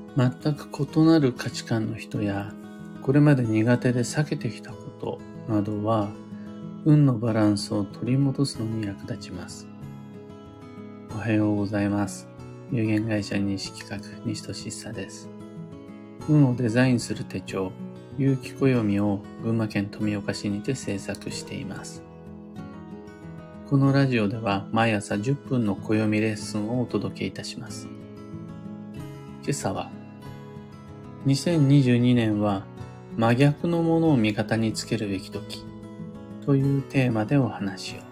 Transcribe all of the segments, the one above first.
全く異なる価値観の人や、これまで苦手で避けてきたことなどは、運のバランスを取り戻すのに役立ちます。おはようございます。有限会社西企画西俊久です。運をデザインする手帳、有機暦を群馬県富岡市にて制作しています。このラジオでは毎朝10分の暦レッスンをお届けいたします。今朝は、2022年は真逆のものを味方につけるべき時というテーマでお話を。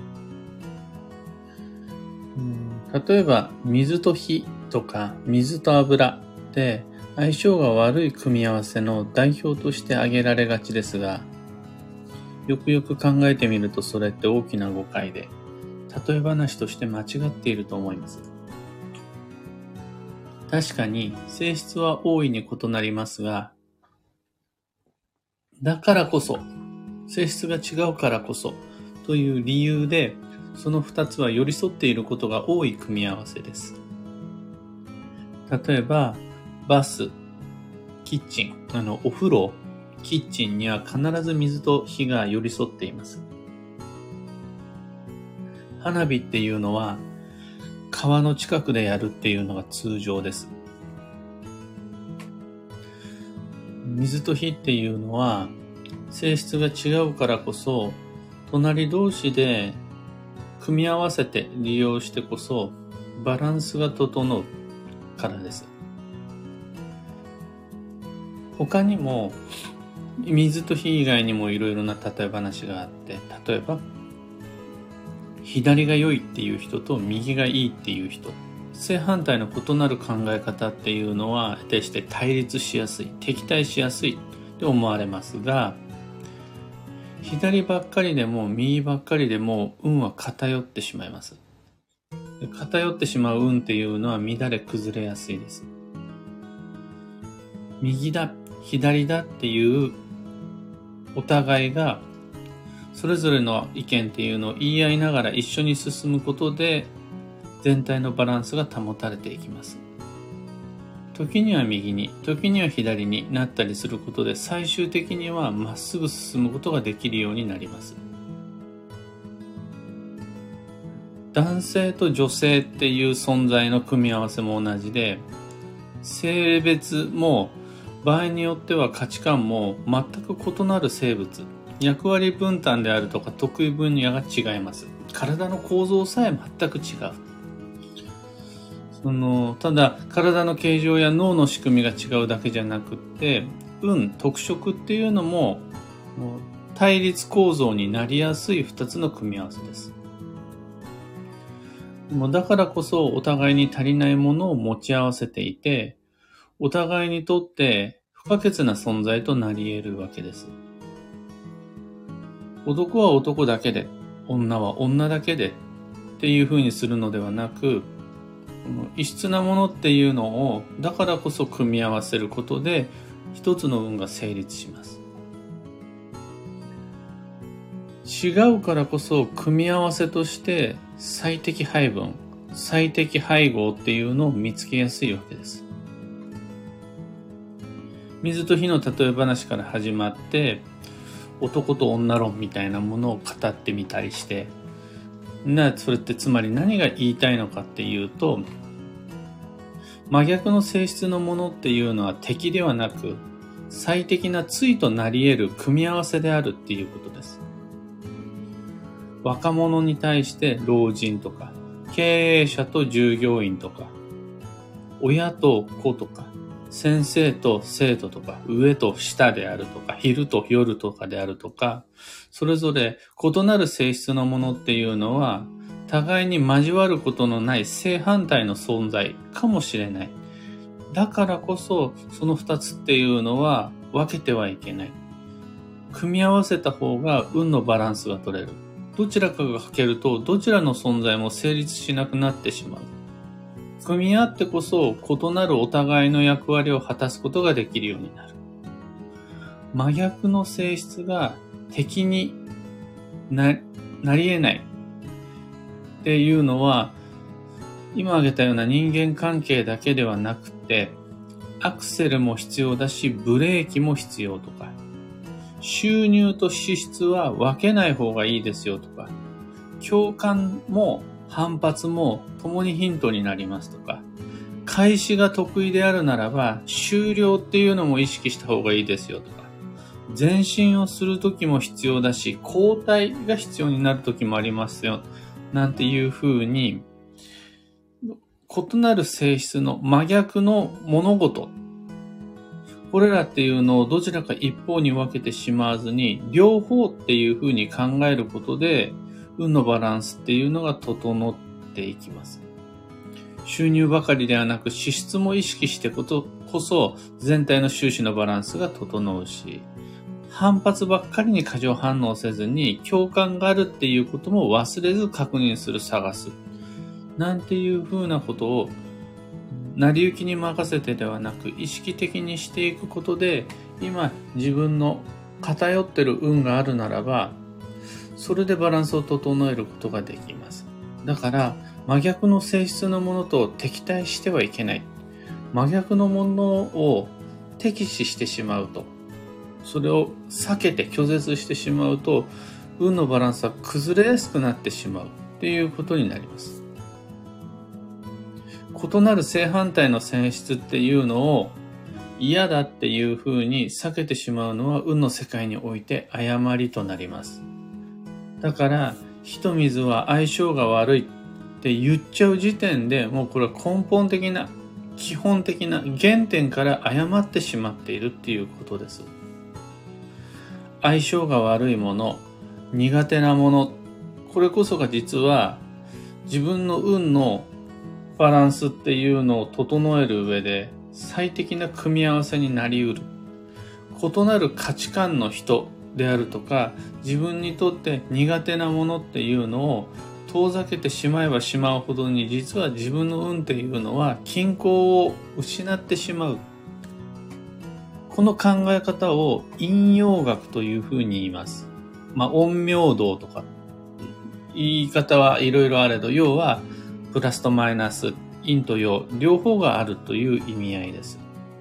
例えば水と火とか水と油で相性が悪い組み合わせの代表として挙げられがちですが、よくよく考えてみるとそれって大きな誤解で、例え話として間違っていると思います。確かに性質は大いに異なりますが、だからこそ、性質が違うからこそという理由で、その2つは寄り添っていることが多い組み合わせです。例えば、バス、キッチン、お風呂、キッチンには必ず水と火が寄り添っています。花火っていうのは川の近くでやるっていうのが通常です。水と火っていうのは性質が違うからこそ、隣同士で組み合わせて利用してこそバランスが整うからです。他にも水と火以外にもいろいろな例え話があって、例えば左が良いっていう人と右がいいっていう人、正反対の異なる考え方っていうのは決して対立しやすい、敵対しやすいと思われますが、左ばっかりでも右ばっかりでも運は偏ってしまいます。偏ってしまう運っていうのは乱れ崩れやすいです。右だ、左だっていうお互いがそれぞれの意見っていうのを言い合いながら一緒に進むことで全体のバランスが保たれていきます。時には右に、時には左になったりすることで最終的にはまっすぐ進むことができるようになります。男性と女性っていう存在の組み合わせも同じで、性別も場合によっては価値観も全く異なる生物、役割分担であるとか得意分野が違います。体の構造さえ全く違う。ただ体の形状や脳の仕組みが違うだけじゃなくって、特色っていうのも対立構造になりやすい2つの組み合わせです。だからこそお互いに足りないものを持ち合わせていて、お互いにとって不可欠な存在となり得るわけです。男は男だけで、女は女だけでっていう風にするのではなく、異質なものっていうのをだからこそ組み合わせることで一つの運が成立します。違うからこそ組み合わせとして最適配分、最適配合っていうのを見つけやすいわけです。水と火の例え話から始まって男と女論みたいなものを語ってみたりして、それってつまり何が言いたいのかっていうと、真逆の性質のものっていうのは敵ではなく最適な対となり得る組み合わせであるっていうことです。若者に対して老人とか、経営者と従業員とか、親と子とか、先生と生徒とか、上と下であるとか、昼と夜とかであるとか、それぞれ異なる性質のものっていうのは、互いに交わることのない正反対の存在かもしれない。だからこそ、その二つっていうのは分けてはいけない。組み合わせた方が運のバランスが取れる。どちらかが欠けると、どちらの存在も成立しなくなってしまう。組み合ってこそ異なるお互いの役割を果たすことができるようになる。真逆の性質が敵になり得ないっていうのは、今挙げたような人間関係だけではなくて、 アクセルも必要だし、ブレーキも必要とか、収入と支出は分けない方がいいですよとか、共感も反発も共にヒントになりますとか、開始が得意であるならば終了っていうのも意識した方がいいですよとか、前進をするときも必要だし、後退が必要になるときもありますよ、なんていう風に、異なる性質の真逆の物事、これらっていうのをどちらか一方に分けてしまわずに、両方っていう風に考えることで、運のバランスっていうのが整っていきます。収入ばかりではなく支出も意識してこそ全体の収支のバランスが整うし、反発ばっかりに過剰反応せずに共感があるっていうことも忘れず確認する、探す。なんていう風なことを成り行きに任せてではなく意識的にしていくことで、今自分の偏ってる運があるならば、それでバランスを整えることができます。だから真逆の性質のものと敵対してはいけない。真逆のものを敵視してしまうと、それを避けて拒絶してしまうと、運のバランスは崩れやすくなってしまうっていうことになります。異なる正反対の性質っていうのを嫌だっていうふうに避けてしまうのは運の世界において誤りとなります。だから火と水は相性が悪いって言っちゃう時点で、もうこれは根本的な基本的な原点から誤ってしまっているっていうことです。相性が悪いもの、苦手なもの、これこそが実は自分の運のバランスっていうのを整える上で最適な組み合わせになり得る。異なる価値観の人であるとか、自分にとって苦手なものっていうのを遠ざけてしまえばしまうほどに、実は自分の運っていうのは均衡を失ってしまう。この考え方を陰陽学というふうに言います。陰陽道とか言い方はいろいろあれど、要はプラスとマイナス、陰と陽、両方があるという意味合いです。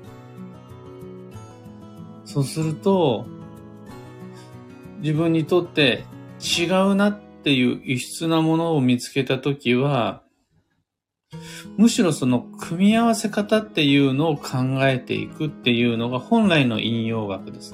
そうすると、自分にとって違うなっていう異質なものを見つけたときは、むしろその組み合わせ方っていうのを考えていくっていうのが本来の陰陽学です。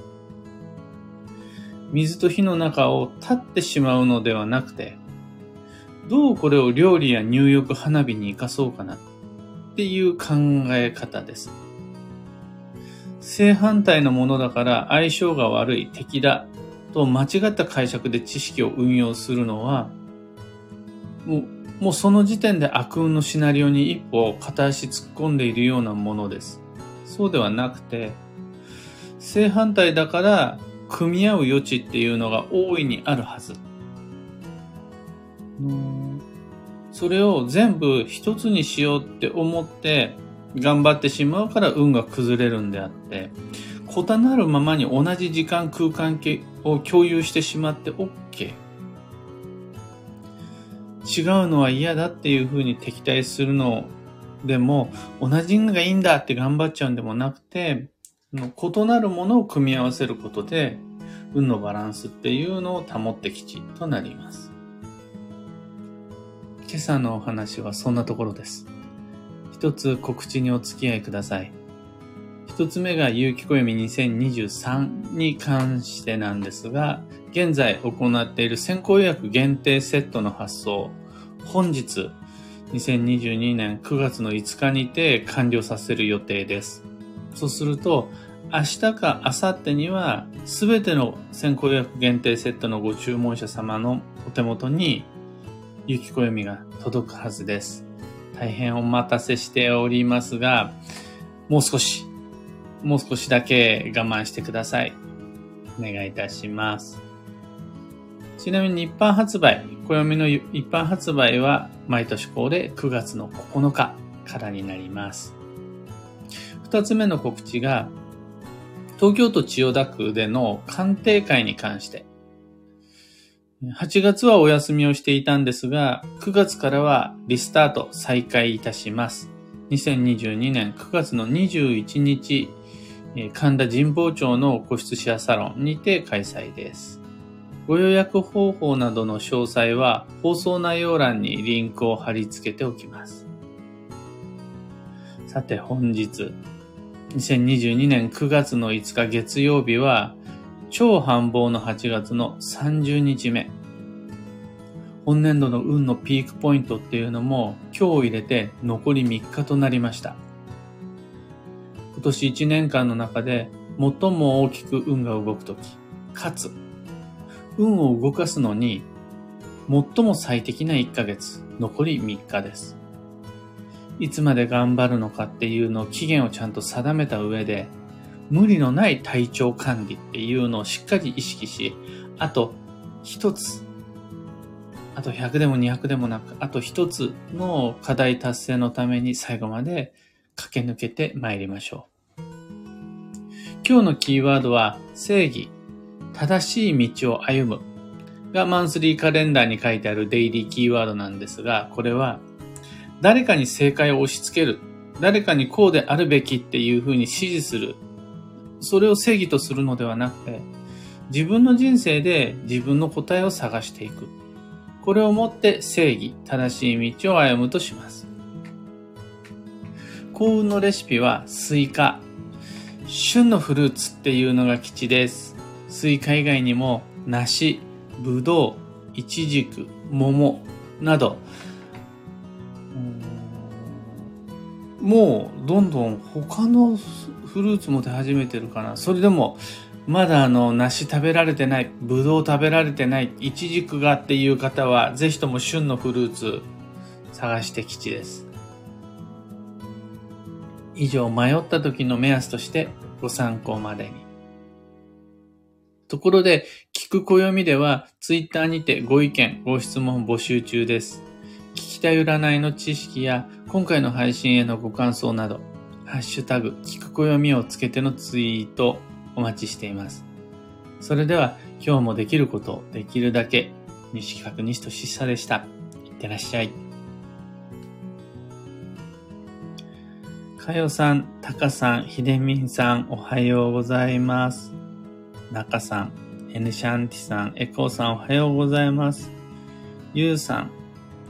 水と火の中を立ってしまうのではなくて、どうこれを料理や入浴、花火に生かそうかなっていう考え方です。正反対のものだから相性が悪い、敵だと間違った解釈で知識を運用するのは、もうその時点で悪運のシナリオに一歩片足突っ込んでいるようなものです。そうではなくて、正反対だから組み合う余地っていうのが大いにあるはず。それを全部一つにしようって思って頑張ってしまうから運が崩れるんであって、異なるままに同じ時間空間を共有してしまって OK。違うのは嫌だっていう風に敵対するのでも、同じのがいいんだって頑張っちゃうんでもなくて、異なるものを組み合わせることで運のバランスっていうのを保ってきちとなります。今朝のお話はそんなところです。一つ告知にお付き合いください。一つ目が有機暦2023に関してなんですが、現在行っている先行予約限定セットの発送、本日2022年9月の5日にて完了させる予定です。そうすると、明日か明後日にはすべての先行予約限定セットのご注文者様のお手元に有機暦が届くはずです。大変お待たせしておりますが、もう少しだけ我慢してください。お願いいたします。ちなみに一般発売、暦の一般発売は毎年恒例9月の9日からになります。二つ目の告知が、東京都千代田区での鑑定会に関して、8月はお休みをしていたんですが、9月からはリスタート再開いたします。 2022年9月の21日、神田神保町の個室シェアサロンにて開催です。ご予約方法などの詳細は放送内容欄にリンクを貼り付けておきます。さて本日、2022年9月の5日月曜日は超繁忙の8月の30日目。本年度の運のピークポイントっていうのも今日入れて残り3日となりました。今年1年間の中で最も大きく運が動くとき、かつ運を動かすのに最も最適な1ヶ月、残り3日です。いつまで頑張るのかっていうのを期限をちゃんと定めた上で、無理のない体調管理っていうのをしっかり意識し、あと一つ、あと100でも200でもなく、あと一つの課題達成のために最後まで駆け抜けて参りましょう。今日のキーワードは正義、正しい道を歩むがマンスリーカレンダーに書いてあるデイリーキーワードなんですが、これは誰かに正解を押し付ける、誰かにこうであるべきっていうふうに指示する、それを正義とするのではなくて、自分の人生で自分の答えを探していく。これをもって正義、正しい道を歩むとします。幸運のレシピはスイカ。旬のフルーツっていうのが吉です。スイカ以外にも梨、ぶどう、イチジク、桃など、もうどんどん他のフルーツも出始めてるかな。それでもまだ梨食べられてない、ぶどう食べられてない、イチジクがっていう方はぜひとも旬のフルーツ探して吉です。以上、迷った時の目安としてご参考までに。ところで、聞く暦ではツイッターにてご意見、ご質問募集中です。聞きたい占いの知識や今回の配信へのご感想など、ハッシュタグ聞く暦をつけてのツイートお待ちしています。それでは今日もできることをできるだけ、西企画西俊久でした。いってらっしゃい。かよさん、たかさん、ひでみんさん、おはようございます。なかさん、エヌシャンティさん、エコーさん、おはようございます。ゆうさん、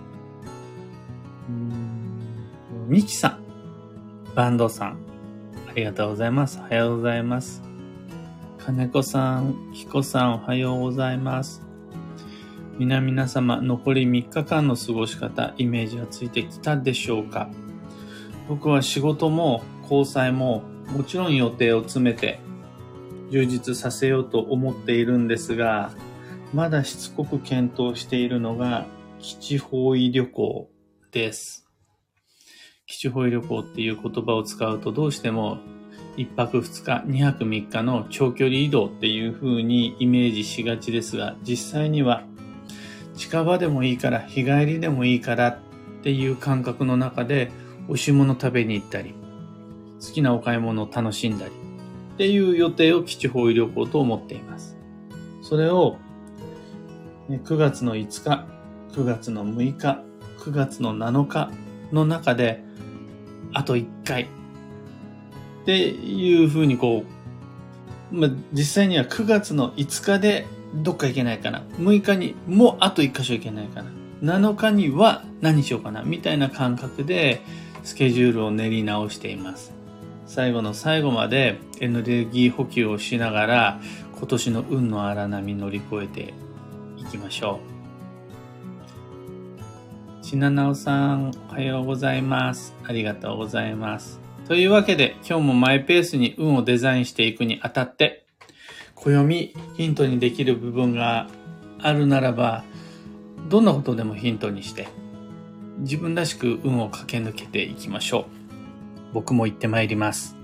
みきさん、バンドさん、ありがとうございます。おはようございます。かねこさん、ひこさん、おはようございます。皆様、残り3日間の過ごし方、イメージはついてきたでしょうか？僕は仕事も交際ももちろん予定を詰めて充実させようと思っているんですが、まだしつこく検討しているのが基地方位旅行です。基地方位旅行っていう言葉を使うとどうしても1泊2日、2泊3日の長距離移動っていう風にイメージしがちですが、実際には近場でもいいから日帰りでもいいからっていう感覚の中で美味しいもの食べに行ったり、好きなお買い物を楽しんだりっていう予定を基地方位旅行と思っています。それを9月の5日、9月の6日、9月の7日の中であと1回っていう風に実際には9月の5日でどっか行けないかな、6日にもうあと1箇所行けないかな、7日には何しようかなみたいな感覚でスケジュールを練り直しています。最後の最後までエネルギー補給をしながら今年の運の荒波乗り越えていきましょう。しななおさん、おはようございます。ありがとうございます。というわけで今日もマイペースに運をデザインしていくにあたって、暦ヒントにできる部分があるならば、どんなことでもヒントにして自分らしく運を駆け抜けていきましょう。僕も行ってまいります。